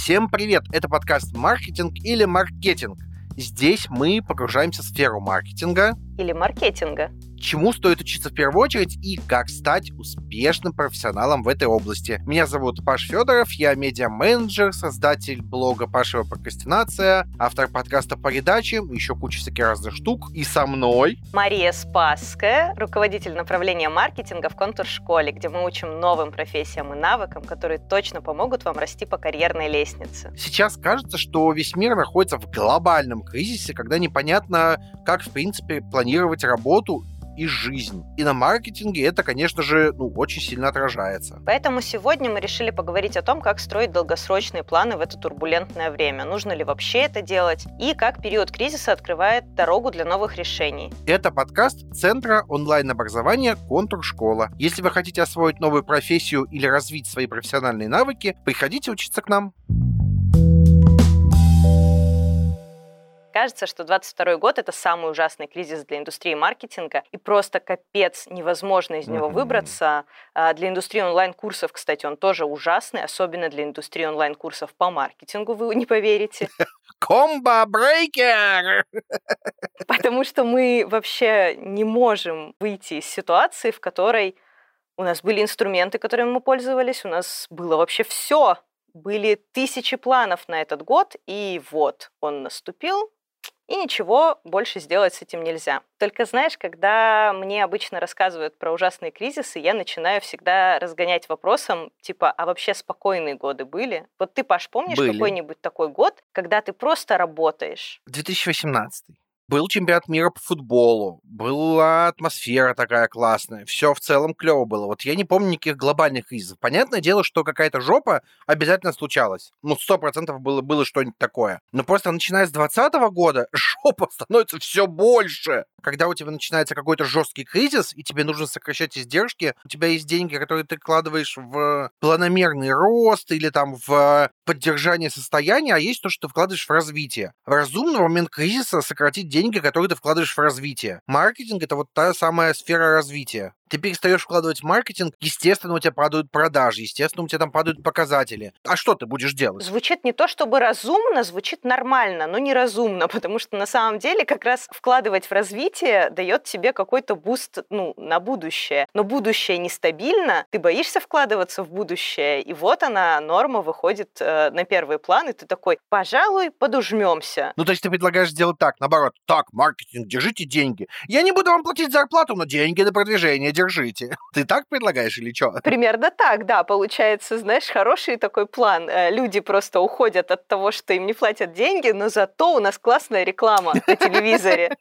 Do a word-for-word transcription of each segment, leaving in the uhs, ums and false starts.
Всем привет! Это подкаст «Маркетинг» или «Маркетинг». Здесь мы погружаемся в сферу маркетинга или маркетинга. Чему стоит учиться в первую очередь и как стать успешным профессионалом в этой области. Меня зовут Паш Федоров, я медиа-менеджер, создатель блога «Пашева прокрастинация», автор подкаста по передачам, еще куча всяких разных штук. И со мной Мария Спасская, руководитель направления маркетинга в Контур-школе, где мы учим новым профессиям и навыкам, которые точно помогут вам расти по карьерной лестнице. Сейчас кажется, что весь мир находится в глобальном кризисе, когда непонятно, как, в принципе, планировать работу и жизнь. И на маркетинге это, конечно же, ну, очень сильно отражается. Поэтому сегодня мы решили поговорить о том, как строить долгосрочные планы в это турбулентное время. Нужно ли вообще это делать? И как период кризиса открывает дорогу для новых решений. Это подкаст Центра онлайн-образования «Контур-школа». Если вы хотите освоить новую профессию или развить свои профессиональные навыки, приходите учиться к нам. Кажется, что двадцать второй год – это самый ужасный кризис для индустрии маркетинга, и просто капец, невозможно из него mm-hmm. выбраться. Для индустрии онлайн-курсов, кстати, он тоже ужасный, особенно для индустрии онлайн-курсов по маркетингу, вы не поверите. Комбо-брейкер! Потому что мы вообще не можем выйти из ситуации, в которой у нас были инструменты, которыми мы пользовались, у нас было вообще все. Были тысячи планов на этот год, и вот он наступил, и ничего больше сделать с этим нельзя. Только знаешь, когда мне обычно рассказывают про ужасные кризисы, я начинаю всегда разгонять вопросом, типа, а вообще спокойные годы были? Вот ты, Паш, помнишь были. Какой-нибудь такой год, когда ты просто работаешь? две тысячи восемнадцатый. Был чемпионат мира по футболу, была атмосфера такая классная, все в целом клево было. Вот я не помню никаких глобальных кризисов. Понятное дело, что какая-то жопа обязательно случалась. Ну, сто процентов было, было что-нибудь такое. Но просто начиная с двадцатого года жопа становится все больше. Когда у тебя начинается какой-то жесткий кризис, и тебе нужно сокращать издержки, у тебя есть деньги, которые ты вкладываешь в планомерный рост или там в поддержание состояния, а есть то, что ты вкладываешь в развитие. Разумно в момент кризиса сократить деньги, которые ты вкладываешь в развитие. Маркетинг — это вот та самая сфера развития. Ты перестаешь вкладывать в маркетинг, естественно, у тебя падают продажи, естественно, у тебя там падают показатели. А что ты будешь делать? Звучит не то чтобы разумно, звучит нормально, но неразумно, потому что на самом деле как раз вкладывать в развитие дает тебе какой-то буст, ну, на будущее. Но будущее нестабильно, ты боишься вкладываться в будущее, и вот она, норма, выходит э, на первый план, и ты такой, пожалуй, подужмемся. Ну, то есть ты предлагаешь сделать так, наоборот. Так, маркетинг, держите деньги. Я не буду вам платить зарплату, но деньги на продвижение держите. Ты так предлагаешь или что? Примерно так, да, получается, знаешь, хороший такой план. Люди просто уходят от того, что им не платят деньги, но зато у нас классная реклама на телевизоре.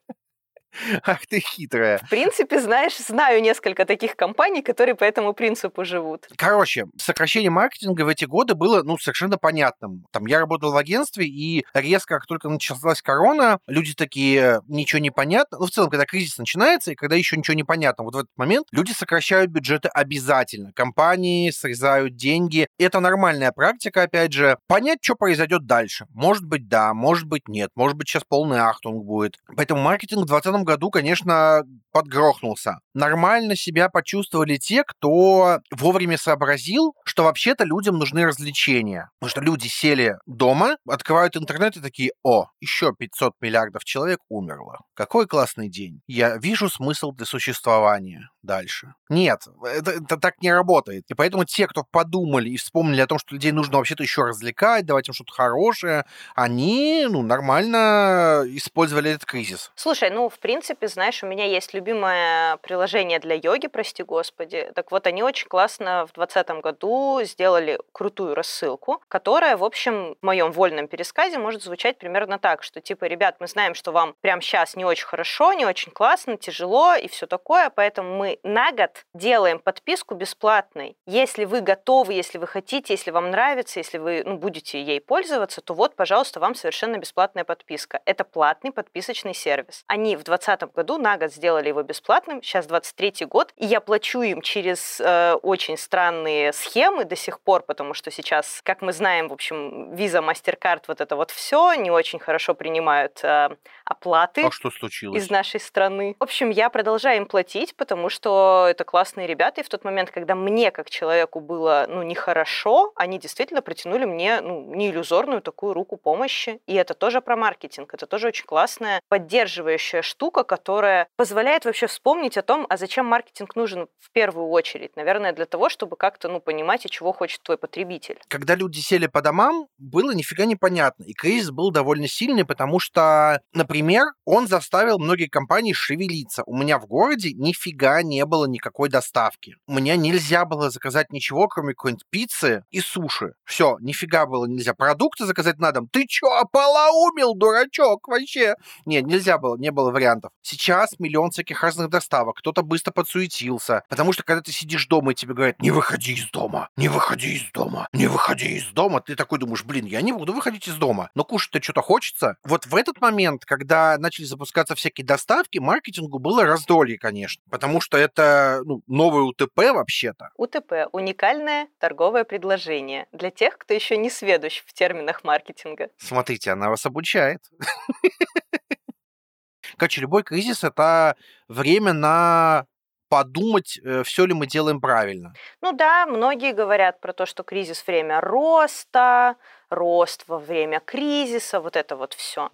Ах ты хитрая. В принципе, знаешь, знаю несколько таких компаний, которые по этому принципу живут. Короче, сокращение маркетинга в эти годы было, ну, совершенно понятным. Там я работал в агентстве, и резко, как только началась корона, люди такие, ничего не понятно. Ну, в целом, когда кризис начинается, и когда еще ничего не понятно, вот в этот момент люди сокращают бюджеты обязательно. Компании срезают деньги. Это нормальная практика, опять же. Понять, что произойдет дальше. Может быть, да, может быть, нет. Может быть, сейчас полный ахтунг будет. Поэтому маркетинг в двадцатом году, конечно, подгрохнулся. Нормально себя почувствовали те, кто вовремя сообразил, что вообще-то людям нужны развлечения. Потому что люди сели дома, открывают интернет и такие, о, еще пятьсот миллиардов человек умерло. Какой классный день. Я вижу смысл для существования дальше. Нет, это, это так не работает. И поэтому те, кто подумали и вспомнили о том, что людей нужно вообще-то еще развлекать, давать им что-то хорошее, они, ну, нормально использовали этот кризис. Слушай, ну, в принципе, знаешь, у меня есть любимое приложение для йоги, прости господи. Так вот, они очень классно в двадцатом году сделали крутую рассылку, которая, в общем, в моем вольном пересказе может звучать примерно так, что типа, ребят, мы знаем, что вам прямо сейчас не очень хорошо, не очень классно, тяжело и все такое, поэтому мы на год делаем подписку бесплатной. Если вы готовы, если вы хотите, если вам нравится, если вы, ну, будете ей пользоваться, то вот, пожалуйста, вам совершенно бесплатная подписка. Это платный подписочный сервис. Они в двадцатом году на год сделали его бесплатным, сейчас двадцать третий год, и я плачу им через э, очень странные схемы до сих пор, потому что сейчас, как мы знаем, в общем, Visa, MasterCard, вот это вот все не очень хорошо принимают э, оплаты. А что случилось? Из нашей страны. В общем, я продолжаю им платить, потому что что это классные ребята, и в тот момент, когда мне, как человеку, было, ну, нехорошо, они действительно протянули мне, ну, не иллюзорную такую руку помощи. И это тоже про маркетинг, это тоже очень классная поддерживающая штука, которая позволяет вообще вспомнить о том, а зачем маркетинг нужен в первую очередь. Наверное, для того, чтобы как-то, ну, понимать, и чего хочет твой потребитель. Когда люди сели по домам, было нифига непонятно. И кризис был довольно сильный, потому что, например, он заставил многие компании шевелиться. У меня в городе нифига не было никакой доставки. У меня нельзя было заказать ничего, кроме какой-нибудь пиццы и суши. Все, нифига было нельзя. Продукты заказать на дом. Ты чё, ополоумел, дурачок, вообще? Нет, нельзя было, не было вариантов. Сейчас миллион всяких разных доставок. Кто-то быстро подсуетился. Потому что, когда ты сидишь дома, и тебе говорят, не выходи из дома, не выходи из дома, не выходи из дома, ты такой думаешь, блин, я не буду выходить из дома. Но кушать-то что-то хочется. Вот в этот момент, когда начали запускаться всякие доставки, маркетингу было раздолье, конечно. Потому что это ну, новое УТП вообще-то. УТП – уникальное торговое предложение для тех, кто еще не сведущ в терминах маркетинга. Смотрите, она вас обучает. Короче, любой кризис – это время на подумать, все ли мы делаем правильно. Ну да, многие говорят про то, что кризис – время роста, рост во время кризиса, вот это вот все.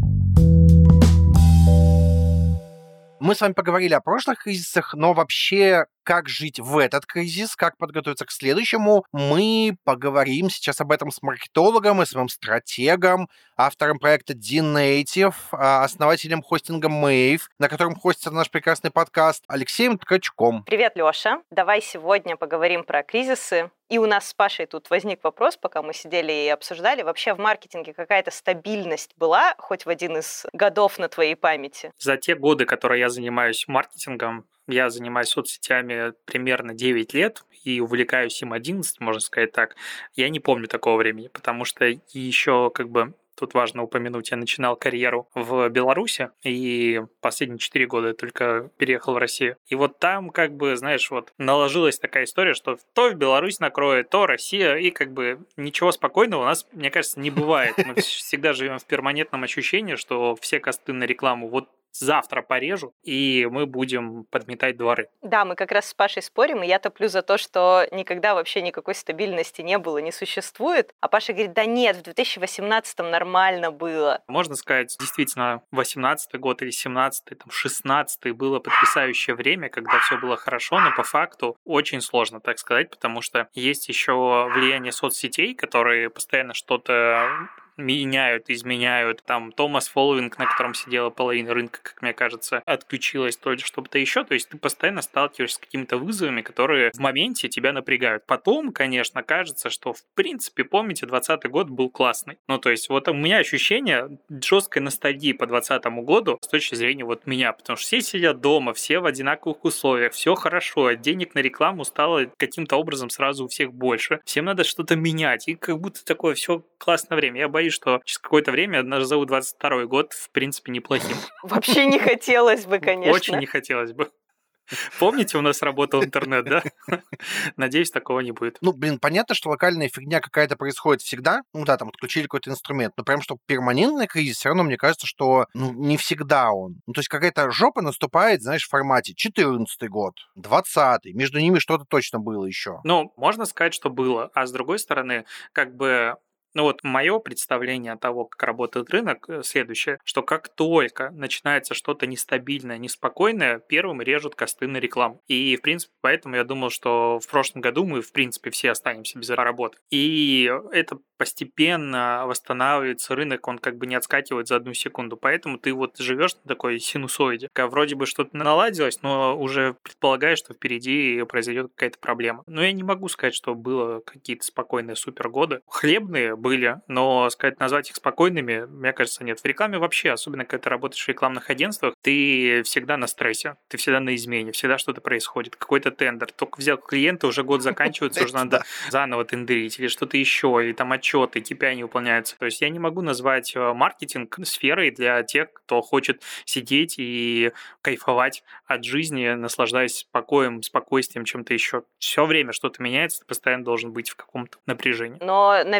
Мы с вами поговорили о прошлых кризисах, но вообще, как жить в этот кризис, как подготовиться к следующему, мы поговорим сейчас об этом с маркетологом и своим стратегом, автором проекта D-Native, основателем хостинга Mave, на котором хостится наш прекрасный подкаст, Алексеем Ткачком. Привет, Лёша. Давай сегодня поговорим про кризисы. И у нас с Пашей тут возник вопрос, пока мы сидели и обсуждали, вообще в маркетинге какая-то стабильность была хоть в один из годов на твоей памяти? За те годы, которые я занимаюсь маркетингом, я занимаюсь соцсетями примерно девять лет и увлекаюсь им одиннадцать, можно сказать так. Я не помню такого времени, потому что еще как бы тут важно упомянуть, я начинал карьеру в Беларуси, и последние четыре года я только переехал в Россию. И вот там, как бы, знаешь, вот наложилась такая история, что то в Беларусь накроет, то Россия, и как бы ничего спокойного у нас, мне кажется, не бывает. Мы всегда живем в перманентном ощущении, что все косты на рекламу вот завтра порежу, и мы будем подметать дворы. Да, мы как раз с Пашей спорим, и я топлю за то, что никогда вообще никакой стабильности не было, не существует. А Паша говорит, да нет, в две тысячи восемнадцатом нормально было. Можно сказать, действительно, восемнадцатый год или семнадцатый, там, шестнадцатый было потрясающее время, когда все было хорошо, но по факту очень сложно, так сказать, потому что есть еще влияние соцсетей, которые постоянно что-то меняют, изменяют. Там Томас Фолловинг, на котором сидела половина рынка, как мне кажется, отключилась то ли что-то еще. То есть ты постоянно сталкиваешься с какими-то вызовами, которые в моменте тебя напрягают. Потом, конечно, кажется, что в принципе, помните, двадцатый год был классный. Ну, то есть вот у меня ощущение жесткой ностальгии по двадцатому году с точки зрения вот меня, потому что все сидят дома, все в одинаковых условиях, все хорошо, денег на рекламу стало каким-то образом сразу у всех больше. Всем надо что-то менять, и как будто такое все классное время. Я боюсь, что через какое-то время назову двадцать второй год, в принципе, неплохим. Вообще не хотелось бы, конечно. Очень не хотелось бы. Помните, у нас работал интернет, да? Надеюсь, такого не будет. Ну, блин, понятно, что локальная фигня какая-то происходит всегда. Ну да, там отключили какой-то инструмент. Но прям, что перманентный кризис, все равно мне кажется, что ну, не всегда он. Ну, то есть какая-то жопа наступает, знаешь, в формате четырнадцатый год, двадцатый. Между ними что-то точно было еще. Ну, можно сказать, что было. А с другой стороны, как бы... Ну вот мое представление того, как работает рынок, следующее, что как только начинается что-то нестабильное, неспокойное, первым режут косты на рекламу. И, в принципе, поэтому я думал, что в прошлом году мы, в принципе, все останемся без работы. И это постепенно восстанавливается рынок, он как бы не отскакивает за одну секунду. Поэтому ты вот живешь на такой синусоиде, когда вроде бы что-то наладилось, но уже предполагаешь, что впереди произойдет какая-то проблема. Но я не могу сказать, что было какие-то спокойные супергоды. Хлебные были, но, сказать, назвать их спокойными, мне кажется, нет. В рекламе вообще, особенно когда ты работаешь в рекламных агентствах, ты всегда на стрессе, ты всегда на измене, всегда что-то происходит, какой-то тендер. Только взял клиента, уже год заканчивается, уже надо заново тендерить или что-то еще, или там отчеты, кей пи ай не выполняются. То есть я не могу назвать маркетинг сферой для тех, кто хочет сидеть и кайфовать от жизни, наслаждаясь спокоем, спокойствием, чем-то еще. Все время что-то меняется, ты постоянно должен быть в каком-то напряжении. Но наверняка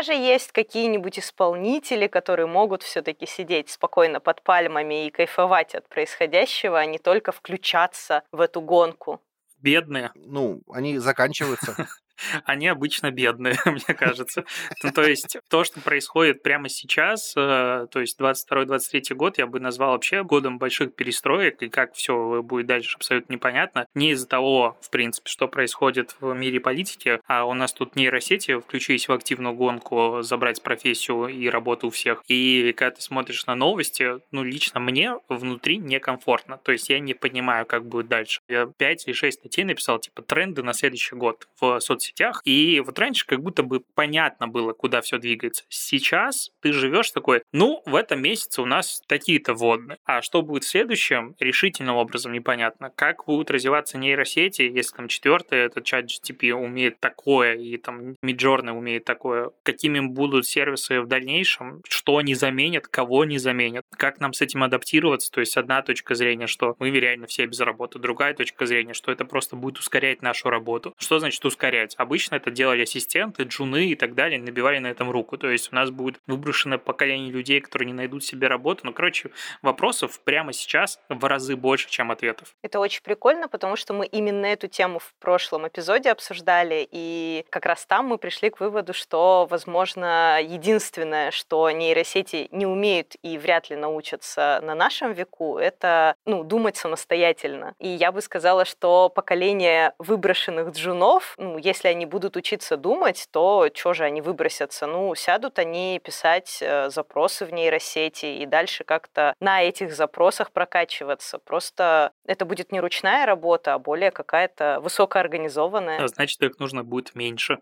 же есть какие-нибудь исполнители, которые могут все-таки сидеть спокойно под пальмами и кайфовать от происходящего, а не только включаться в эту гонку. Бедные. Ну, они заканчиваются. Они обычно бедные, мне кажется. Ну, то есть то, что происходит прямо сейчас, э, то есть двадцать второй двадцать третий год, я бы назвал вообще годом больших перестроек, и как все будет дальше абсолютно непонятно. Не из-за того, в принципе, что происходит в мире политики, а у нас тут нейросети включились в активную гонку забрать профессию и работу у всех. И когда ты смотришь на новости, ну, лично мне внутри некомфортно. То есть я не понимаю, как будет дальше. Я пять или шесть статей написал, типа, тренды на следующий год в соцсетях. И вот раньше как будто бы понятно было, куда все двигается. Сейчас ты живешь такой, ну, в этом месяце у нас такие-то вводные. А что будет в следующем, решительным образом непонятно. Как будут развиваться нейросети, если там четвертый, этот чат джи ти пи умеет такое, и там Midjourney умеет такое. Какими будут сервисы в дальнейшем, что они заменят, кого они заменят, как нам с этим адаптироваться. То есть одна точка зрения, что мы реально все без работы, другая точка зрения, что это просто будет ускорять нашу работу. Что значит ускорять? Обычно это делали ассистенты, джуны и так далее, набивали на этом руку. То есть у нас будет выброшенное поколение людей, которые не найдут себе работу. Ну, короче, вопросов прямо сейчас в разы больше, чем ответов. Это очень прикольно, потому что мы именно эту тему в прошлом эпизоде обсуждали, и как раз там мы пришли к выводу, что, возможно, единственное, что нейросети не умеют и вряд ли научатся на нашем веку, это, ну, думать самостоятельно. И я бы сказала, что поколение выброшенных джунов, ну, если они будут учиться думать, то что же они выбросятся? Ну, сядут они писать э, запросы в нейросети и дальше как-то на этих запросах прокачиваться. Просто это будет не ручная работа, а более какая-то высокоорганизованная. А значит, их нужно будет меньше.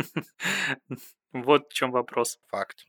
Вот в чем вопрос. Факт.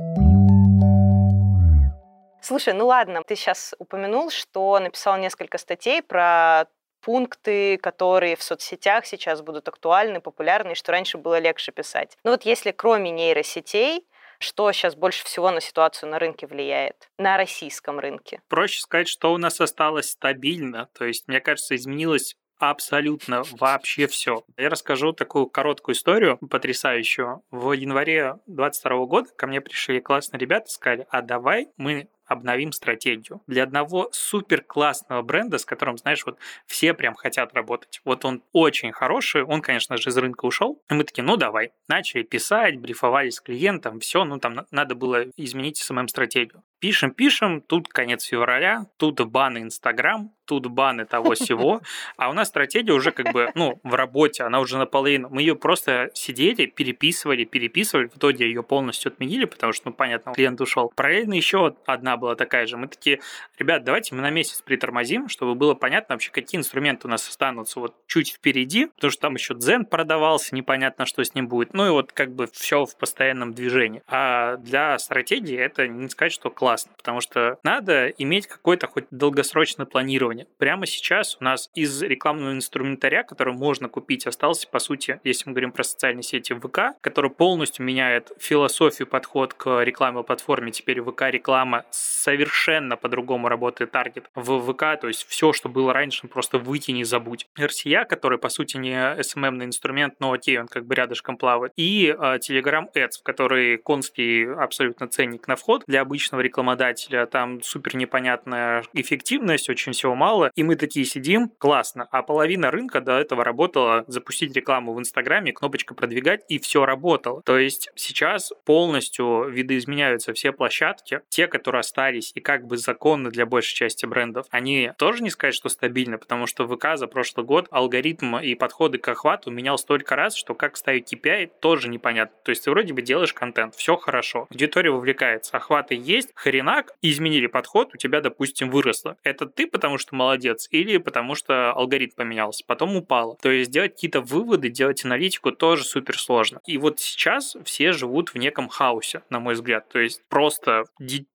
Слушай, ну ладно, ты сейчас упомянул, что написал несколько статей про пункты, которые в соцсетях сейчас будут актуальны, популярны, и что раньше было легче писать. Но вот если кроме нейросетей, что сейчас больше всего на ситуацию на рынке влияет? На российском рынке? Проще сказать, что у нас осталось стабильно. То есть, мне кажется, изменилось абсолютно вообще все. Я расскажу такую короткую историю, потрясающую. В январе двадцать второго года ко мне пришли классные ребята и сказали, а давай мы обновим стратегию. Для одного супер классного бренда, с которым, знаешь, вот все прям хотят работать. Вот он очень хороший, он, конечно же, из рынка ушел. И мы такие, ну давай. Начали писать, брифовались с клиентом, все, ну там надо было изменить эс эм эм-стратегию. Пишем, пишем, тут конец февраля, тут баны Инстаграм, тут баны того-сего, а у нас стратегия уже как бы, ну, в работе, она уже наполовину. Мы ее просто сидели, переписывали, переписывали, в итоге ее полностью отменили, потому что, ну, понятно, клиент ушел. Параллельно еще одна была такая же. Мы такие, ребят, давайте мы на месяц притормозим, чтобы было понятно вообще, какие инструменты у нас останутся вот чуть впереди, потому что там еще Дзен продавался, непонятно, что с ним будет. Ну и вот как бы все в постоянном движении. А для стратегии это не сказать, что классно, потому что надо иметь какое-то хоть долгосрочное планирование. Прямо сейчас у нас из рекламного инструментария, который можно купить, остался, по сути, если мы говорим про социальные сети, ВК, который полностью меняет философию, подход к рекламной платформе. Теперь ВК-реклама совершенно по-другому работает таргет в ВК, то есть все, что было раньше, просто выкини, забудь. эр си эй, который, по сути, не эс эм эм-ный инструмент, но окей, он как бы рядышком плавает. И э, Telegram Ads, который конский абсолютно ценник на вход для обычного рекламодателя. Там супер непонятная эффективность, очень всего мало. И мы такие сидим, классно. А половина рынка до этого работала запустить рекламу в Инстаграме, кнопочка продвигать, и все работало. То есть сейчас полностью видоизменяются все площадки. Те, которые остались и как бы законны для большей части брендов, они тоже не сказать, что стабильны, потому что ВК за прошлый год алгоритм и подходы к охвату менял столько раз, что как ставить кей пи ай тоже непонятно. То есть ты вроде бы делаешь контент, все хорошо, аудитория вовлекается, охваты есть, хренак, изменили подход, у тебя, допустим, выросло. Это ты, потому что молодец, или потому что алгоритм поменялся, потом упало. То есть делать какие-то выводы, делать аналитику тоже супер сложно. И вот сейчас все живут в неком хаосе, на мой взгляд. То есть просто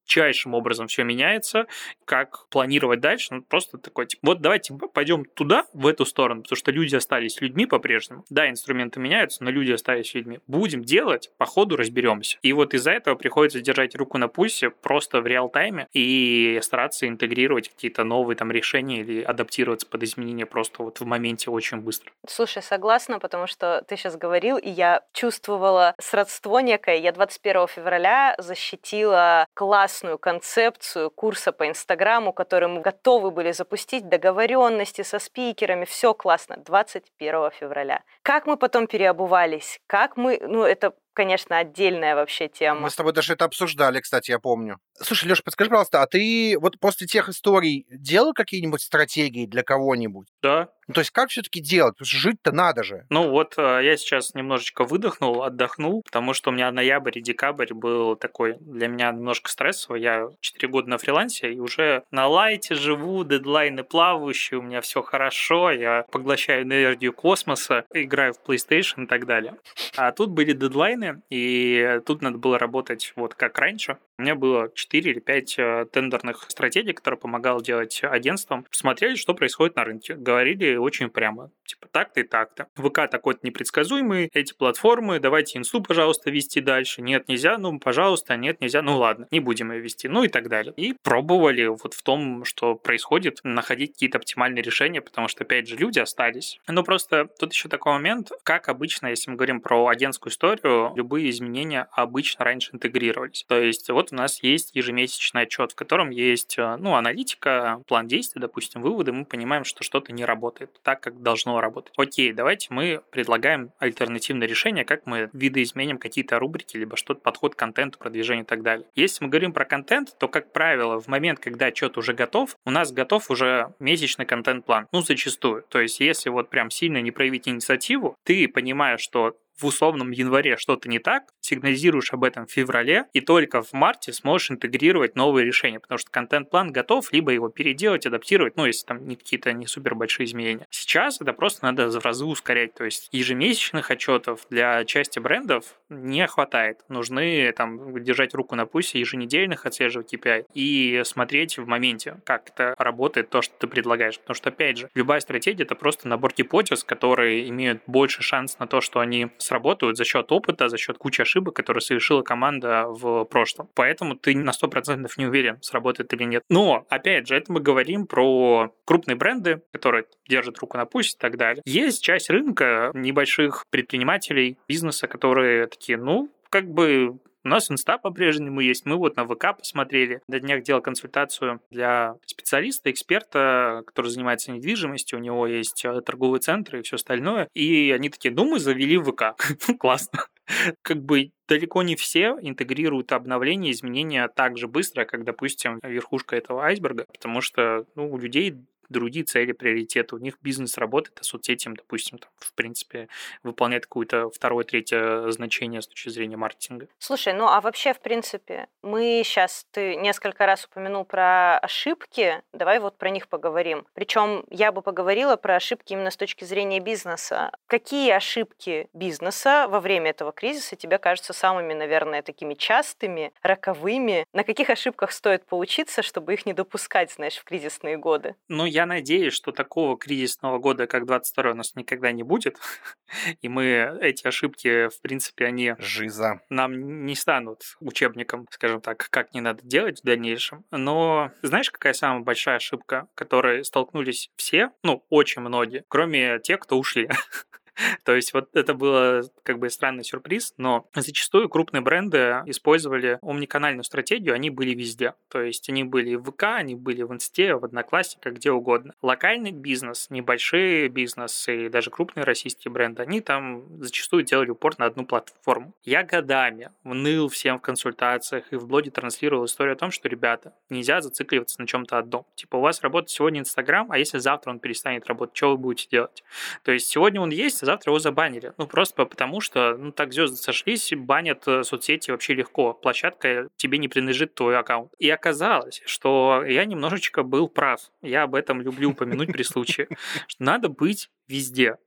жутчайшим образом все меняется, как планировать дальше, ну, просто такой, типа, вот давайте пойдем туда, в эту сторону, потому что люди остались людьми по-прежнему. Да, инструменты меняются, но люди остались людьми. Будем делать, по ходу разберемся. И вот из-за этого приходится держать руку на пульсе просто в реал-тайме и стараться интегрировать какие-то новые там решения или адаптироваться под изменения просто вот в моменте очень быстро. Слушай, согласна, потому что ты сейчас говорил, и я чувствовала сродство некое. Я двадцать первого февраля защитила классную концепцию курса по Инстаграму, который мы готовы были запустить, договоренности со спикерами, все классно, двадцать первого февраля. Как мы потом переобувались, как мы, ну это, конечно, отдельная вообще тема. Мы с тобой даже это обсуждали, кстати, я помню. Слушай, Лёш, подскажи, пожалуйста, а ты вот после тех историй делал какие-нибудь стратегии для кого-нибудь? Да. Ну, то есть как все-таки делать? Потому что жить-то надо же. Ну вот я сейчас немножечко выдохнул, отдохнул, потому что у меня ноябрь и декабрь был такой для меня немножко стрессовый. Я четыре года на фрилансе и уже на лайте живу, дедлайны плавающие, у меня все хорошо, я поглощаю энергию космоса, играю в PlayStation и так далее. А тут были дедлайны, и тут надо было работать вот как раньше. У меня было четыре или пять тендерных стратегий, которые помогал делать агентствам. Смотрели, что происходит на рынке. Говорили очень прямо. Типа так-то и так-то. ВК такой-то непредсказуемый, эти платформы, давайте инсту, пожалуйста, вести дальше. Нет, нельзя, ну, пожалуйста, нет, нельзя, ну, ладно, не будем ее вести, ну и так далее. И пробовали вот в том, что происходит, находить какие-то оптимальные решения, потому что, опять же, люди остались. Но просто тут еще такой момент, как обычно, если мы говорим про агентскую историю, любые изменения обычно раньше интегрировались. То есть вот у нас есть ежемесячный отчет, в котором есть, ну, аналитика, план действий, допустим, выводы, мы понимаем, что что-то не работает так, как должно работать. Окей, давайте мы предлагаем альтернативное решение, как мы видоизменим какие-то рубрики, либо что-то, подход к контенту, продвижению и так далее. Если мы говорим про контент, то, как правило, в момент, когда отчет уже готов, у нас готов уже месячный контент-план. Ну, зачастую. То есть, если вот прям сильно не проявить инициативу, ты понимаешь, что в условном январе что-то не так, сигнализируешь об этом в феврале, и только в марте сможешь интегрировать новые решения, потому что контент-план готов, либо его переделать, адаптировать, ну, если там не какие-то не супер большие изменения. Сейчас это просто надо в разы ускорять, то есть ежемесячных отчетов для части брендов не хватает. Нужны там держать руку на пульсе, еженедельных отслеживать кей пи ай и смотреть в моменте, как это работает, то, что ты предлагаешь. Потому что, опять же, любая стратегия — это просто набор гипотез, которые имеют больше шанс на то, что они сработают за счет опыта, за счет кучи ошибок, которые совершила команда в прошлом. Поэтому ты на сто процентов не уверен, сработает или нет. Но, опять же, это мы говорим про крупные бренды, которые держат руку на пульсе и так далее. Есть часть рынка небольших предпринимателей, бизнеса, которые такие, ну, как бы... У нас инста по-прежнему есть. Мы вот на ВК посмотрели. На днях делал консультацию для специалиста, эксперта, который занимается недвижимостью. У него есть торговые центры и все остальное. И они такие, ну, мы завели ВК. Классно. Как бы далеко не все интегрируют обновления, изменения так же быстро, как, допустим, верхушка этого айсберга, потому что ну, у людей другие цели, приоритеты. У них бизнес работает, а соцсети, допустим, там, в принципе, выполняет какое-то второе, третье значение с точки зрения маркетинга. Слушай, ну а вообще, в принципе, мы сейчас, ты несколько раз упомянул про ошибки, давай вот про них поговорим. Причем я бы поговорила про ошибки именно с точки зрения бизнеса. Какие ошибки бизнеса во время этого кризиса тебе кажутся самыми, наверное, такими частыми, роковыми? На каких ошибках стоит поучиться, чтобы их не допускать, знаешь, в кризисные годы? Ну, я надеюсь, что такого кризисного года, как двадцать второй, у нас никогда не будет. И мы эти ошибки, в принципе, они Жиза. нам не станут учебником, скажем так, как не надо делать в дальнейшем. Но знаешь, какая самая большая ошибка, которой столкнулись все, ну, очень многие, кроме тех, кто ушли? То есть вот это было как бы странный сюрприз, но зачастую крупные бренды использовали омниканальную стратегию, они были везде. То есть они были в ВК, они были в Инсте, в Одноклассниках, где угодно. Локальный бизнес, небольшие бизнесы и даже крупные российские бренды, они там зачастую делали упор на одну платформу. Я годами ныл всем в консультациях и в блоге транслировал историю о том, что, ребята, нельзя зацикливаться на чем-то одном. Типа у вас работает сегодня Инстаграм, а если завтра он перестанет работать, что вы будете делать? То есть сегодня он есть, завтра его забанили. Ну, просто потому что, ну, так звезды сошлись, банят соцсети вообще легко. Площадка тебе не принадлежит твой аккаунт. И оказалось, что я немножечко был прав. Я об этом люблю упомянуть при случае. Что надо быть везде.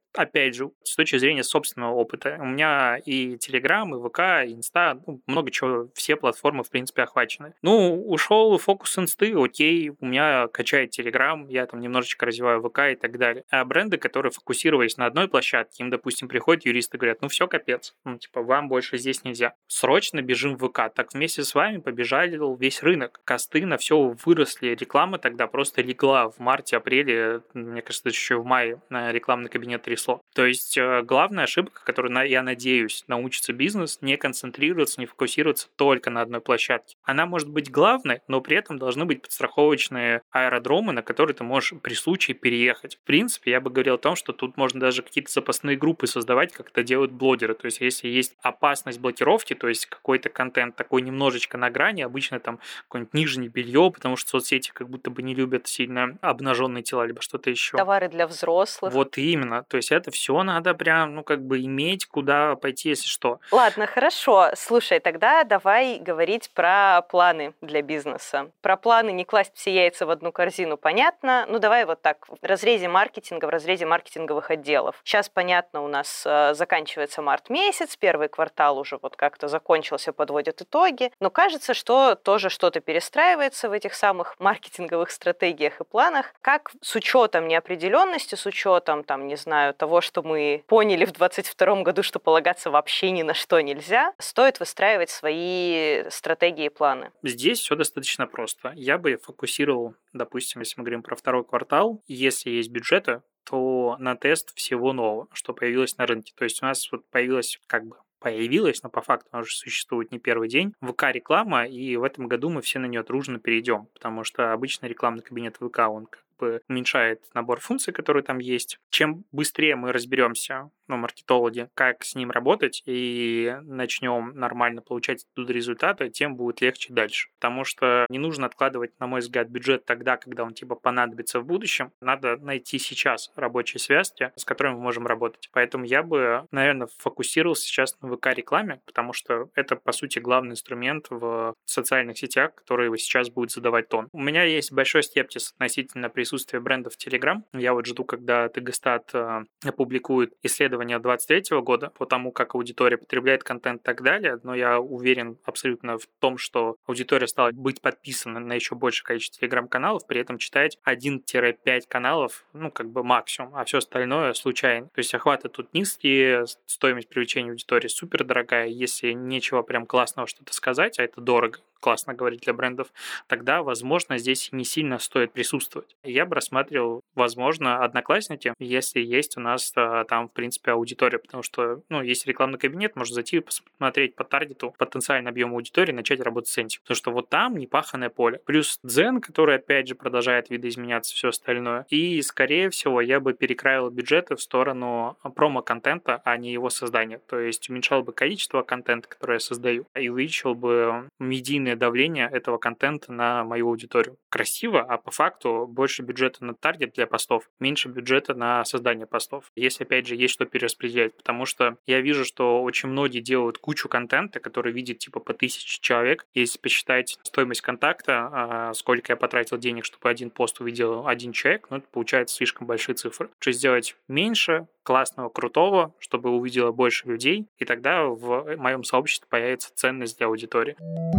опять же, с точки зрения собственного опыта. У меня и Telegram, и ВК, и Инста, ну, много чего, все платформы, в принципе, охвачены. Ну, ушел фокус Инсты, окей, у меня качает Telegram, я там немножечко развиваю ВК и так далее. А бренды, которые фокусировались на одной площадке, им, допустим, приходят юристы и говорят, ну все, капец, ну, типа, вам больше здесь нельзя. Срочно бежим в ВК. Так вместе с вами побежали весь рынок. Косты на все выросли. Реклама тогда просто легла в марте-апреле, мне кажется, еще в мае на рекламный кабинет трясло. То есть главная ошибка, которую, я надеюсь, научится бизнес, не концентрироваться, не фокусироваться только на одной площадке. Она может быть главной, но при этом должны быть подстраховочные аэродромы, на которые ты можешь при случае переехать. В принципе, я бы говорил о том, что тут можно даже какие-то запасные группы создавать, как это делают блогеры. То есть, если есть опасность блокировки, то есть какой-то контент такой немножечко на грани, обычно там какое-нибудь нижнее белье, потому что соцсети как будто бы не любят сильно обнаженные тела, либо что-то еще. Товары для взрослых. Вот именно. То есть это все надо прям, ну, как бы иметь, куда пойти, если что. Ладно, хорошо. Слушай, тогда давай говорить про планы для бизнеса. Про планы не класть все яйца в одну корзину, понятно. Ну, давай вот так, в разрезе маркетинга, в разрезе маркетинговых отделов. Сейчас, понятно, у нас э, заканчивается март месяц, первый квартал уже вот как-то закончился, подводят итоги. Но кажется, что тоже что-то перестраивается в этих самых маркетинговых стратегиях и планах. Как с учетом неопределенности, с учетом, там, не знаю, того, что мы поняли в двадцать втором году, что полагаться вообще ни на что нельзя, стоит выстраивать свои стратегии и планы? Здесь все достаточно просто. Я бы фокусировал, допустим, если мы говорим про второй квартал, если есть бюджеты, то на тест всего нового, что появилось на рынке. То есть у нас вот появилась как бы появилась, но по факту она уже существует не первый день, ВК-реклама, и в этом году мы все на нее дружно перейдем, потому что обычно рекламный кабинет ВК, он как бы уменьшает набор функций, которые там есть. Чем быстрее мы разберемся, ну, маркетологи, как с ним работать и начнем нормально получать оттуда результаты, тем будет легче дальше. Потому что не нужно откладывать, на мой взгляд, бюджет тогда, когда он типа понадобится в будущем. Надо найти сейчас рабочие связки, с которыми мы можем работать. Поэтому я бы, наверное, фокусировался сейчас на ВК-рекламе, потому что это, по сути, главный инструмент в социальных сетях, который сейчас будет задавать тон. У меня есть большой скепсис относительно присутствия брендов в Telegram. Я вот жду, когда Тегостат опубликует исследование двадцать третьего года по тому, как аудитория потребляет контент и так далее, но я уверен абсолютно в том, что аудитория стала быть подписана на еще большее количество телеграм-каналов, при этом читать один-пять каналов, ну, как бы максимум, а все остальное случайно. То есть охваты тут низкие, стоимость привлечения аудитории супер дорогая, если нечего прям классного что-то сказать, а это дорого, классно говорить для брендов, тогда, возможно, здесь не сильно стоит присутствовать. Я бы рассматривал, возможно, Одноклассники, если есть у нас там, в принципе, аудитория, потому что, ну, есть рекламный кабинет, можно зайти, посмотреть по таргету, потенциальный объем аудитории, начать работать с Энти, потому что вот там непаханное поле. Плюс Дзен, который, опять же, продолжает видоизменяться, все остальное. И, скорее всего, я бы перекраивал бюджеты в сторону промо-контента, а не его создания. То есть уменьшал бы количество контента, который я создаю, и увеличил бы медийное давление этого контента на мою аудиторию. Красиво, а по факту больше бюджета на таргет для постов, меньше бюджета на создание постов. Если, опять же, есть что перераспределять, потому что я вижу, что очень многие делают кучу контента, который видит типа по тысяче человек. Если посчитать стоимость контакта, сколько я потратил денег, чтобы один пост увидел один человек, ну, это получается слишком большие цифры. Что сделать меньше, классного, крутого, чтобы увидело больше людей, и тогда в моем сообществе появится ценность для аудитории.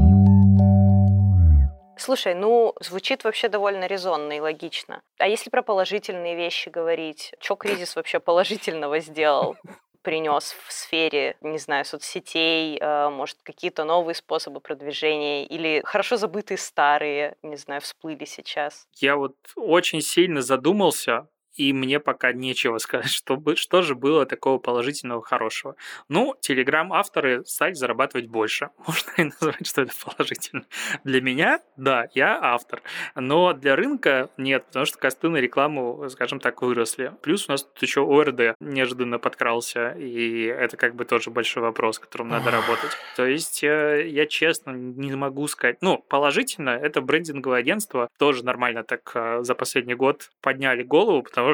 Слушай, ну, звучит вообще довольно резонно и логично. А если про положительные вещи говорить, что кризис вообще положительного сделал? Принес в сфере, не знаю, соцсетей, может, какие-то новые способы продвижения или хорошо забытые старые, не знаю, всплыли сейчас? Я вот очень сильно задумался, и мне пока нечего сказать, что, что же было такого положительного, хорошего. Ну, Telegram-авторы стали зарабатывать больше. Можно и назвать, что это положительно. Для меня, да, я автор. Но для рынка нет, потому что косты на рекламу, скажем так, выросли. Плюс у нас тут еще ОРД неожиданно подкрался, и это как бы тоже большой вопрос, которым надо работать. То есть я честно не могу сказать. Ну, положительно, это брендинговое агентство тоже нормально так за последний год подняли голову, потому Потому что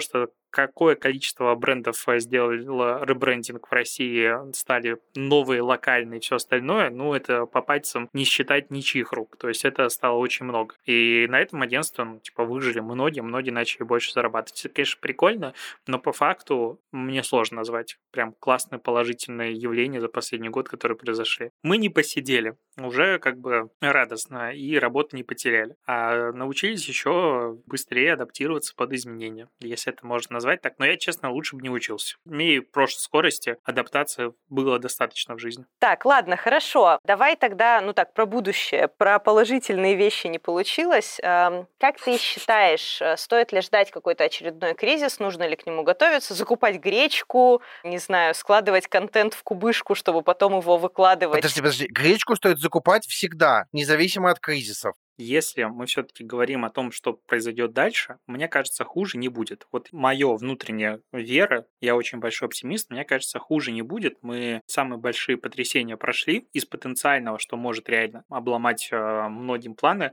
какое количество брендов сделало ребрендинг в России, стали новые, локальные и все остальное, ну, это по пальцам не считать ничьих рук. То есть это стало очень много. И на этом агентство, ну, типа, выжили многие, многие начали больше зарабатывать. Это, конечно, прикольно, но по факту мне сложно назвать прям классные положительные явления за последний год, которые произошли. Мы не посидели, уже как бы радостно, и работу не потеряли. А научились еще быстрее адаптироваться под изменения, если это можно назвать так. Но я, честно, лучше бы не учился. Мне прошлой скорости адаптации было достаточно в жизни. Так, ладно, хорошо. Давай тогда, ну так, про будущее. Про положительные вещи не получилось. Как ты считаешь, стоит ли ждать какой-то очередной кризис? Нужно ли к нему готовиться? Закупать гречку? Не знаю, складывать контент в кубышку, чтобы потом его выкладывать? Подожди, подожди. Гречку стоит закупать всегда, независимо от кризисов. Если мы все-таки говорим о том, что произойдет дальше, мне кажется, хуже не будет. Вот мое внутренняя вера, я очень большой оптимист, мне кажется, хуже не будет. Мы самые большие потрясения прошли. Из потенциального, что может реально обломать э, многим планы,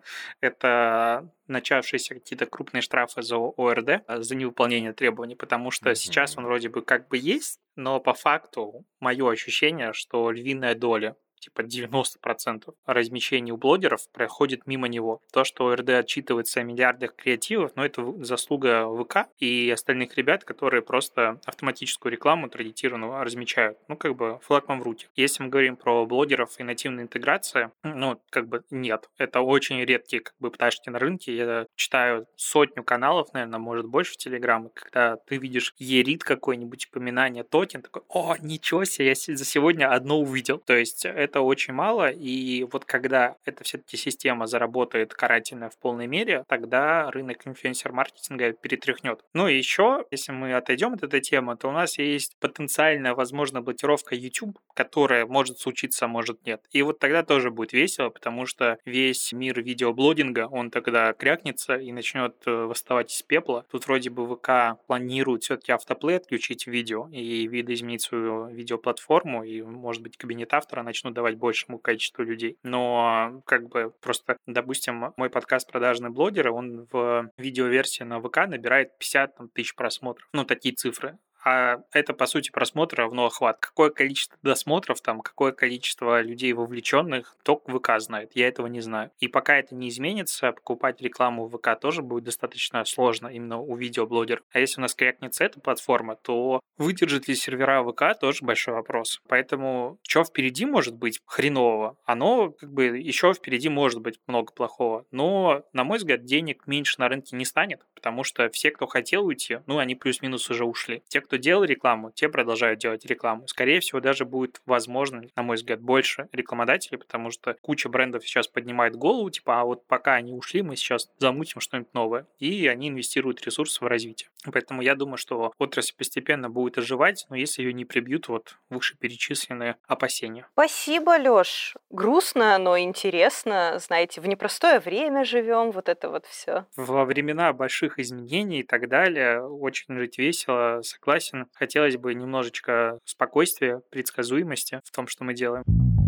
это начавшиеся какие-то крупные штрафы за ОРД, за невыполнение требований, потому что mm-hmm. сейчас он вроде бы как бы есть, но по факту мое ощущение, что львиная доля, типа девяносто процентов размещений у блогеров проходит мимо него. То, что ОРД отчитывается о миллиардах креативов, но это заслуга ВК и остальных ребят, которые просто автоматическую рекламу таргетированную размещают. Ну, как бы флаг вам в руки. Если мы говорим про блогеров и нативные интеграции, ну, как бы нет. Это очень редкие как бы пташки на рынке. Я читаю сотню каналов, наверное, может больше в Телеграм, когда ты видишь ерит какой-нибудь, упоминание токен, такой, о, ничего себе, я за сегодня одно увидел. То есть это Это очень мало, и вот когда эта все-таки система заработает карательно в полной мере, тогда рынок инфлюенсер-маркетинга перетряхнет. Ну и еще, если мы отойдем от этой темы, то у нас есть потенциальная, возможно, блокировка YouTube, которая может случиться, может нет. И вот тогда тоже будет весело, потому что весь мир видеоблогинга, он тогда крякнется и начнет восставать из пепла. Тут вроде бы ВК планирует все-таки автоплей отключить видео и видоизменить свою видеоплатформу, и, может быть, кабинет автора начнут давать большему количеству людей. Но как бы просто, допустим, мой подкаст «Продажные блогеры», он в видеоверсии на ВК набирает пятьдесят тысяч просмотров. Ну, такие цифры. А это, по сути, просмотры равно охват. Какое количество досмотров, там, какое количество людей вовлеченных, только ВК знает. Я этого не знаю. И пока это не изменится, покупать рекламу в ВК тоже будет достаточно сложно именно у видеоблогеров. А если у нас крякнется эта платформа, то выдержит ли сервера ВК, тоже большой вопрос. Поэтому, что впереди может быть хренового? Оно, как бы, еще впереди может быть много плохого. Но, на мой взгляд, денег меньше на рынке не станет, потому что все, кто хотел уйти, ну, они плюс-минус уже ушли. Те, кто делал рекламу, те продолжают делать рекламу. Скорее всего, даже будет возможно, на мой взгляд, больше рекламодателей, потому что куча брендов сейчас поднимает голову, типа, а вот пока они ушли, мы сейчас замутим что-нибудь новое. И они инвестируют ресурсы в развитие. Поэтому я думаю, что отрасль постепенно будет оживать, но если ее не прибьют, вот вышеперечисленные опасения. Спасибо, Лёш. Грустно, но интересно. Знаете, в непростое время живем, вот это вот все. Во времена больших изменений и так далее очень жить весело, согласен. Хотелось бы немножечко спокойствия, предсказуемости в том, что мы делаем.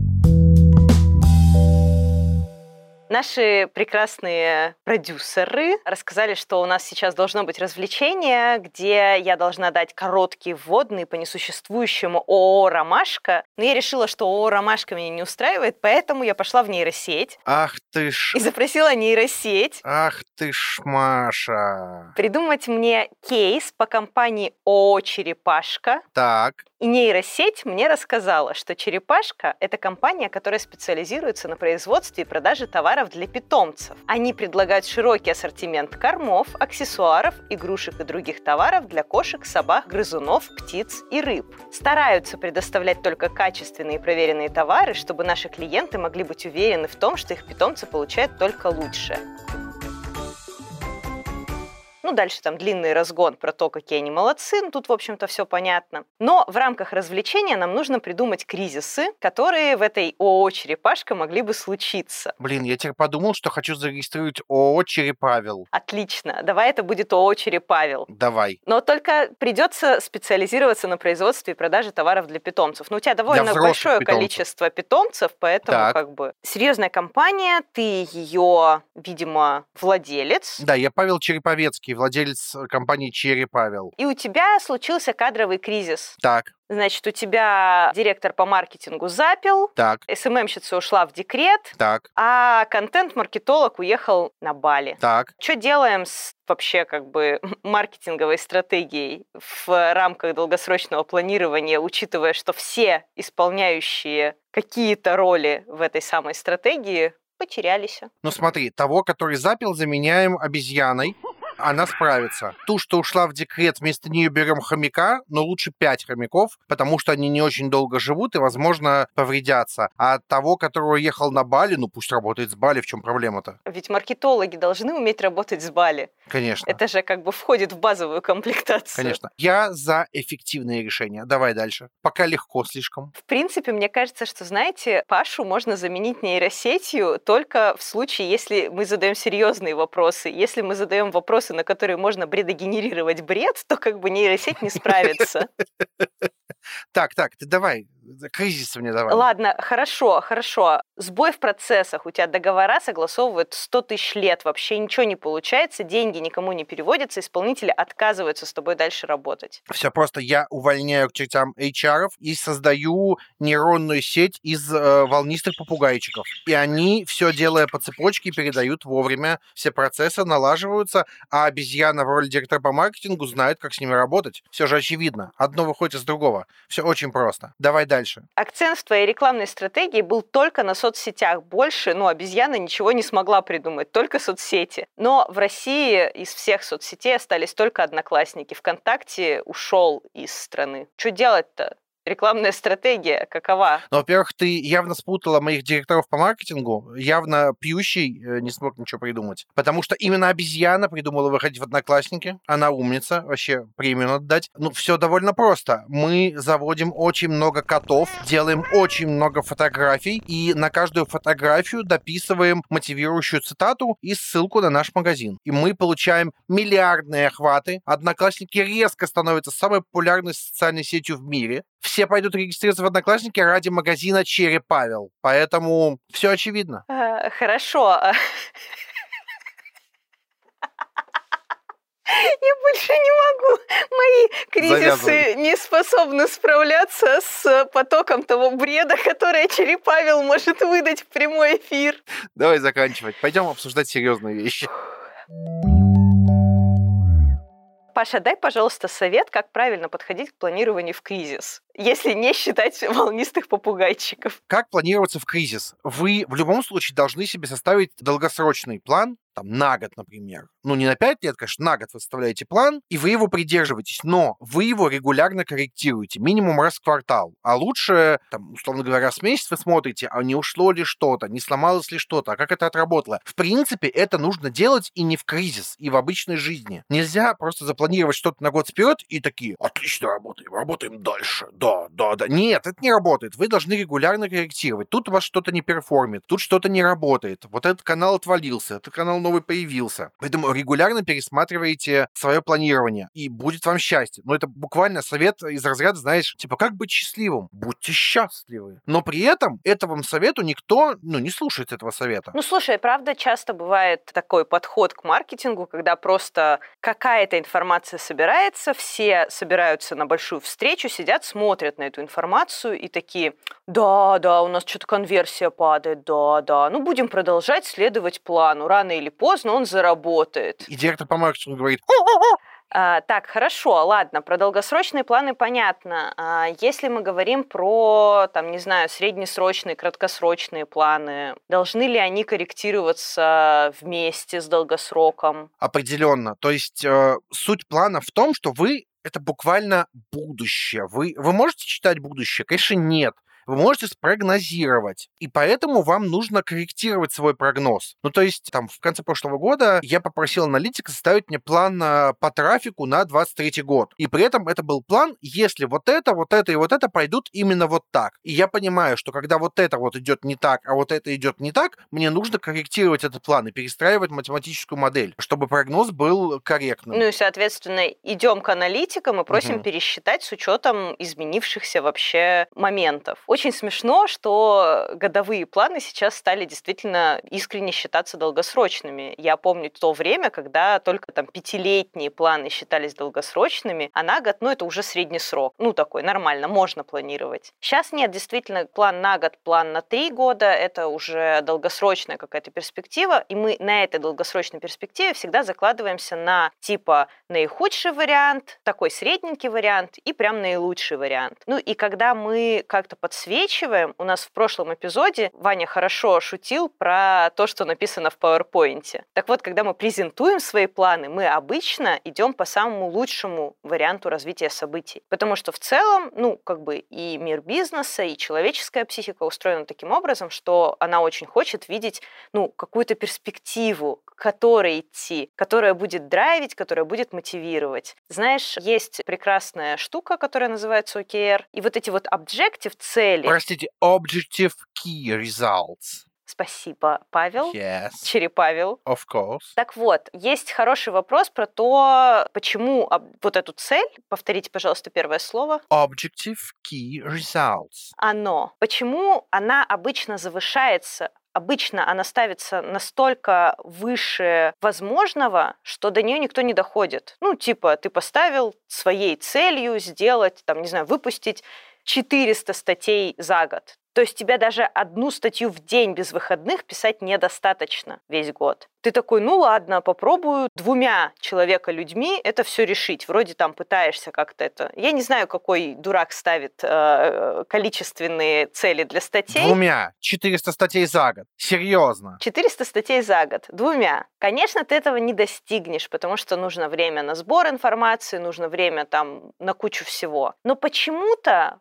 Наши прекрасные продюсеры рассказали, что у нас сейчас должно быть развлечение, где я должна дать короткий вводный по несуществующему ООО «Ромашка». Но я решила, что ООО «Ромашка» меня не устраивает, поэтому я пошла в нейросеть. Ах ты ж... И запросила нейросеть. Ах ты ж, Маша. Придумать мне кейс по компании ООО «Черепашка». Так. И нейросеть мне рассказала, что «Черепашка» — это компания, которая специализируется на производстве и продаже товаров для питомцев. Они предлагают широкий ассортимент кормов, аксессуаров, игрушек и других товаров для кошек, собак, грызунов, птиц и рыб. Стараются предоставлять только качественные и проверенные товары, чтобы наши клиенты могли быть уверены в том, что их питомцы получают только лучшее. Ну, дальше там длинный разгон про то, какие они молодцы. Ну, тут, в общем-то, все понятно. Но в рамках развлечения нам нужно придумать кризисы, которые в этой ООО «Черепашка» могли бы случиться. Блин, я теперь подумал, что хочу зарегистрировать ООО «Черепавел». Отлично. Давай это будет ООО «Черепавел». Давай. Но только придется специализироваться на производстве и продаже товаров для питомцев. Ну, у тебя довольно большое питомцев. количество питомцев, поэтому так. как бы серьезная компания, ты ее, видимо, владелец. Да, я Павел Череповецкий владелец компании Черри Павел. И у тебя случился кадровый кризис. Так. Значит, у тебя директор по маркетингу запил, Так. эс эм эм-щица ушла в декрет, Так. а контент-маркетолог уехал на Бали. Так. Что делаем с вообще как бы маркетинговой стратегией в рамках долгосрочного планирования, учитывая, что все исполняющие какие-то роли в этой самой стратегии потерялись? Ну смотри, того, который запил, заменяем обезьяной. Она справится. Ту, что ушла в декрет, вместо нее берем хомяка, но лучше пять хомяков, потому что они не очень долго живут и, возможно, повредятся. А того, который уехал на Бали, ну пусть работает с Бали, в чем проблема-то? Ведь маркетологи должны уметь работать с Бали. Конечно. Это же как бы входит в базовую комплектацию. Конечно. Я за эффективные решения. Давай дальше. Пока легко слишком. В принципе, мне кажется, что, знаете, Пашу можно заменить нейросетью только в случае, если мы задаем серьезные вопросы. Если мы задаем вопросы, на которые можно бредогенерировать бред, то как бы нейросеть не справится. Так, так, ты давай, кризис мне давай. Ладно, хорошо, хорошо. Сбой в процессах. У тебя договора согласовывают сто тысяч лет. Вообще ничего не получается, деньги никому не переводятся, исполнители отказываются с тобой дальше работать. Все просто я увольняю к чертям эйч ар и создаю нейронную сеть из э, волнистых попугайчиков. И они, все делая по цепочке, передают вовремя, все процессы налаживаются, а обезьяна в роли директора по маркетингу знает, как с ними работать. Все же очевидно. Одно выходит из другого. Все очень просто. Давай дальше. Акцент в твоей рекламной стратегии был только на соцсетях. Больше, ну, обезьяна ничего не смогла придумать, только соцсети. Но в России из всех соцсетей остались только Одноклассники. ВКонтакте ушел из страны. Что делать-то? Рекламная стратегия какова? Ну, во-первых, ты явно спутала моих директоров по маркетингу. Явно пьющий э, не смог ничего придумать. Потому что именно обезьяна придумала выходить в Одноклассники. Она умница. Вообще премию надо дать. Ну, все довольно просто. Мы заводим очень много котов, делаем очень много фотографий, и на каждую фотографию дописываем мотивирующую цитату и ссылку на наш магазин. И мы получаем миллиардные охваты. Одноклассники резко становятся самой популярной социальной сетью в мире. Все пойдут регистрироваться в Одноклассники ради магазина Черри Павел. Поэтому все очевидно. А, хорошо. Я больше не могу. Мои кризисы Завязывай. не способны справляться с потоком того бреда, который Черри Павел может выдать в прямой эфир. Давай заканчивать. Пойдем обсуждать серьезные вещи. Паша, дай, пожалуйста, совет, как правильно подходить к планированию в кризис, если не считать волнистых попугайчиков. Как планироваться в кризис? Вы в любом случае должны себе составить долгосрочный план, там, на год, например. Ну, не на пять лет, конечно, на год вы составляете план, и вы его придерживаетесь, но вы его регулярно корректируете, минимум раз в квартал. А лучше, там, условно говоря, раз в месяц вы смотрите, а не ушло ли что-то, не сломалось ли что-то, а как это отработало. В принципе, это нужно делать и не в кризис, и в обычной жизни. Нельзя просто запланировать что-то на год вперед и такие: отлично работаем, работаем дальше, да, да, да. Нет, это не работает. Вы должны регулярно корректировать. Тут у вас что-то не перформит, тут что-то не работает. Вот этот канал отвалился, этот канал новый появился. Поэтому регулярно пересматриваете свое планирование, и будет вам счастье. Но это буквально совет из разряда, знаешь, типа, как быть счастливым? Будьте счастливы. Но при этом этому совету никто, ну, не слушает этого совета. Ну, слушай, правда, часто бывает такой подход к маркетингу, когда просто какая-то информация собирается, все собираются на большую встречу, сидят, смотрят на эту информацию и такие: да, да, у нас что-то конверсия падает, да, да, ну, будем продолжать следовать плану, рано или поздно он заработает. И директор по маркетингу говорит: А, так, хорошо, ладно, про долгосрочные планы понятно. А, если мы говорим про, там, не знаю, среднесрочные, краткосрочные планы, должны ли они корректироваться вместе с долгосроком? Определенно. То есть э, суть плана в том, что вы — это буквально будущее. Вы, вы можете читать будущее? Конечно, нет. Вы можете спрогнозировать, и поэтому вам нужно корректировать свой прогноз. Ну, то есть, там, в конце прошлого года я попросил аналитика составить мне план а, по трафику на двадцать третий год. И при этом это был план, если вот это, вот это и вот это пойдут именно вот так. И я понимаю, что когда вот это вот идет не так, а вот это идет не так, мне нужно корректировать этот план и перестраивать математическую модель, чтобы прогноз был корректным. Ну и, соответственно, идем к аналитикам и просим Мгм. пересчитать с учетом изменившихся вообще моментов. очень смешно, что годовые планы сейчас стали действительно искренне считаться долгосрочными. Я помню то время, когда только там пятилетние планы считались долгосрочными, а на год, ну, это уже средний срок. Ну, такой, нормально, можно планировать. Сейчас нет, действительно, план на год, план на три года, это уже долгосрочная какая-то перспектива, и мы на этой долгосрочной перспективе всегда закладываемся на типа наихудший вариант, такой средненький вариант и прям наилучший вариант. Ну, и когда мы как-то подсвечиваем, у нас в прошлом эпизоде Ваня хорошо шутил про то, что написано в PowerPoint. Так вот, когда мы презентуем свои планы, мы обычно идем по самому лучшему варианту развития событий. Потому что в целом, ну, как бы и мир бизнеса, и человеческая психика устроена таким образом, что она очень хочет видеть, ну, какую-то перспективу, к которой идти, которая будет драйвить, которая будет мотивировать. Знаешь, есть прекрасная штука, которая называется о кей ар, и вот эти вот objective цели. Простите, Objective Key Results. Спасибо, Павел. Yes. Черепавел. Of course. Так вот, есть хороший вопрос про то, почему вот эту цель, повторите, пожалуйста, первое слово. Objective Key Results. Оно. Почему она обычно завышается? Обычно она ставится настолько выше возможного, что до нее никто не доходит. Ну, типа, ты поставил своей целью сделать, там, не знаю, выпустить четыреста статей за год. То есть тебе даже одну статью в день без выходных писать недостаточно весь год. Ты такой, ну ладно, попробую двумя человека-людьми это все решить. Вроде там пытаешься как-то это... Я не знаю, какой дурак ставит э, количественные цели для статей. Двумя. четыреста статей за год. Серьезно. четыреста статей за год. Двумя. Конечно, ты этого не достигнешь, потому что нужно время на сбор информации, нужно время там на кучу всего. Но почему-то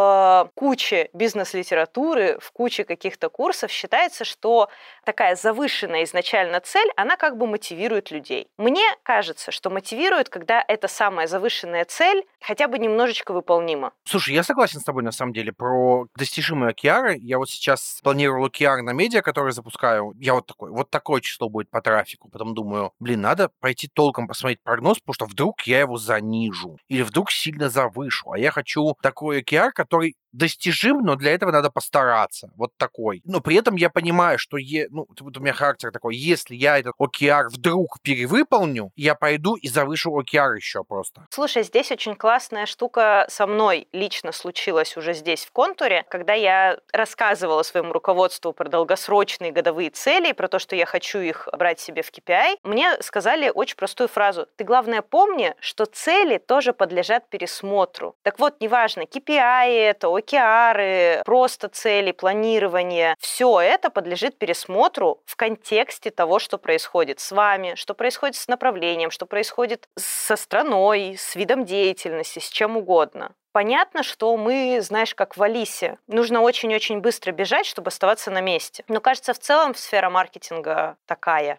в куче бизнес-литературы, в куче каких-то курсов считается, что такая завышенная изначально цель, она как бы мотивирует людей. Мне кажется, что мотивирует, когда эта самая завышенная цель хотя бы немножечко выполнима. Слушай, я согласен с тобой на самом деле про достижимые о кей ар. Я вот сейчас планировал о кей ар на медиа, который запускаю. Я вот такой, вот такое число будет по трафику. Потом думаю, блин, надо пройти толком посмотреть прогноз, потому что вдруг я его занижу. Или вдруг сильно завышу. А я хочу такой о кей ар, который достижим, но для этого надо постараться. Вот такой. Но при этом я понимаю, что е... ну, вот у меня характер такой, если я этот о кей ар вдруг перевыполню, я пойду и завышу о кей ар еще просто. Слушай, здесь очень классная штука со мной лично случилась уже здесь в Контуре, когда я рассказывала своему руководству про долгосрочные годовые цели, про то, что я хочу их брать себе в кей пи ай, мне сказали очень простую фразу. Ты, главное, помни, что цели тоже подлежат пересмотру. Так вот, неважно, кей пи ай это, о кей ар, просто цели, планирование, все это подлежит пересмотру в контексте того, что происходит с вами, что происходит с направлением, что происходит со страной, с видом деятельности, с чем угодно. Понятно, что мы, знаешь, как в Алисе, нужно очень-очень быстро бежать, чтобы оставаться на месте. Но, кажется, в целом сфера маркетинга такая.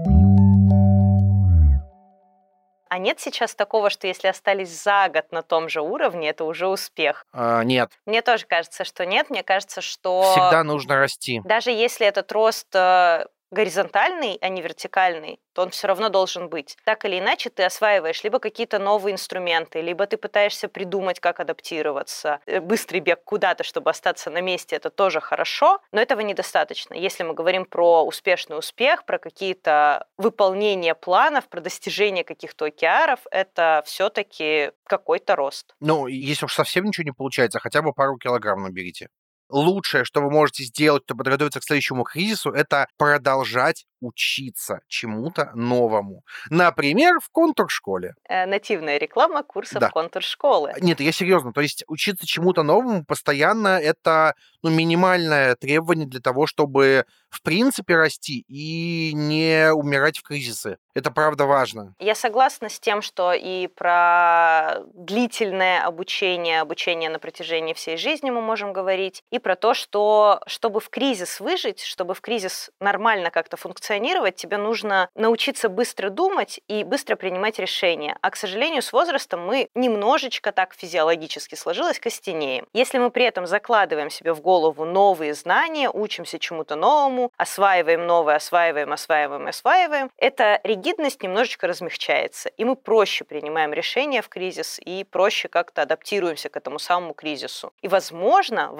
А нет сейчас такого, что если остались за год на том же уровне, это уже успех? А, нет. Мне тоже кажется, что нет. Мне кажется, что... Всегда нужно расти. Даже если этот рост горизонтальный, а не вертикальный, то он все равно должен быть. Так или иначе, ты осваиваешь либо какие-то новые инструменты, либо ты пытаешься придумать, как адаптироваться. Быстрый бег куда-то, чтобы остаться на месте, это тоже хорошо, но этого недостаточно. Если мы говорим про успешный успех, про какие-то выполнения планов, про достижение каких-то о кей ар, это все-таки какой-то рост. Ну, если уж совсем ничего не получается, хотя бы пару килограмм наберите. Лучшее, что вы можете сделать, чтобы подготовиться к следующему кризису, это продолжать учиться чему-то новому. Например, в контур-школе. Э, нативная реклама курсов Да. контур-школы. Нет, я серьезно. То есть учиться чему-то новому постоянно это ну, минимальное требование для того, чтобы в принципе расти и не умирать в кризисы. Это правда важно. Я согласна с тем, что и про длительное обучение, обучение на протяжении всей жизни мы можем говорить, и про то, что чтобы в кризис выжить, чтобы в кризис нормально как-то функционировать, тебе нужно научиться быстро думать и быстро принимать решения. А, к сожалению, с возрастом мы немножечко так физиологически сложилось костенеем. Если мы при этом закладываем себе в голову новые знания, учимся чему-то новому, осваиваем новое, осваиваем, осваиваем, осваиваем, эта ригидность немножечко размягчается, и мы проще принимаем решения в кризис и проще как-то адаптируемся к этому самому кризису. И, возможно, возможно,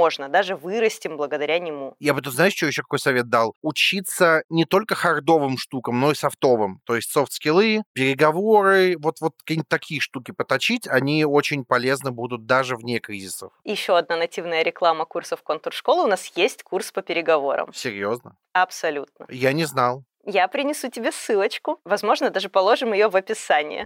возможно, даже вырастем благодаря нему. Я бы тут, знаешь, что еще какой совет дал? Учиться не только хардовым штукам, но и софтовым. То есть софт-скиллы, переговоры, вот-вот какие-нибудь такие штуки поточить, они очень полезны будут даже вне кризисов. Еще одна нативная реклама курсов контур-школы. У нас есть курс по переговорам. Серьезно? Абсолютно. Я не знал. Я принесу тебе ссылочку. Возможно, даже положим ее в описании.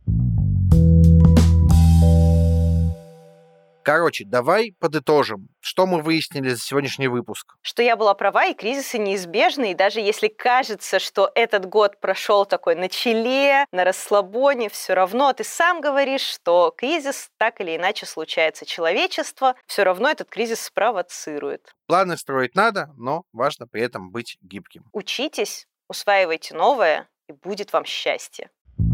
Короче, давай подытожим. Что мы выяснили за сегодняшний выпуск? Что я была права, и кризисы неизбежны, и даже если кажется, что этот год прошел такой на чиле, на расслабоне, все равно ты сам говоришь, что кризис так или иначе случается. Человечество все равно этот кризис спровоцирует. Планы строить надо, но важно при этом быть гибким. Учитесь, усваивайте новое, и будет вам счастье.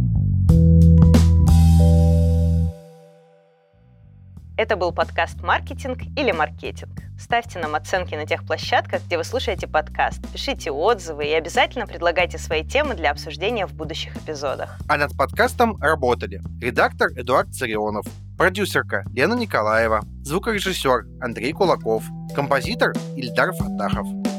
Это был подкаст «Маркетинг» или «Маркетинг». Ставьте нам оценки на тех площадках, где вы слушаете подкаст, пишите отзывы и обязательно предлагайте свои темы для обсуждения в будущих эпизодах. А над подкастом работали редактор Эдуард Царионов, продюсерка Лена Николаева, звукорежиссер Андрей Кулаков, композитор Ильдар Фаттахов.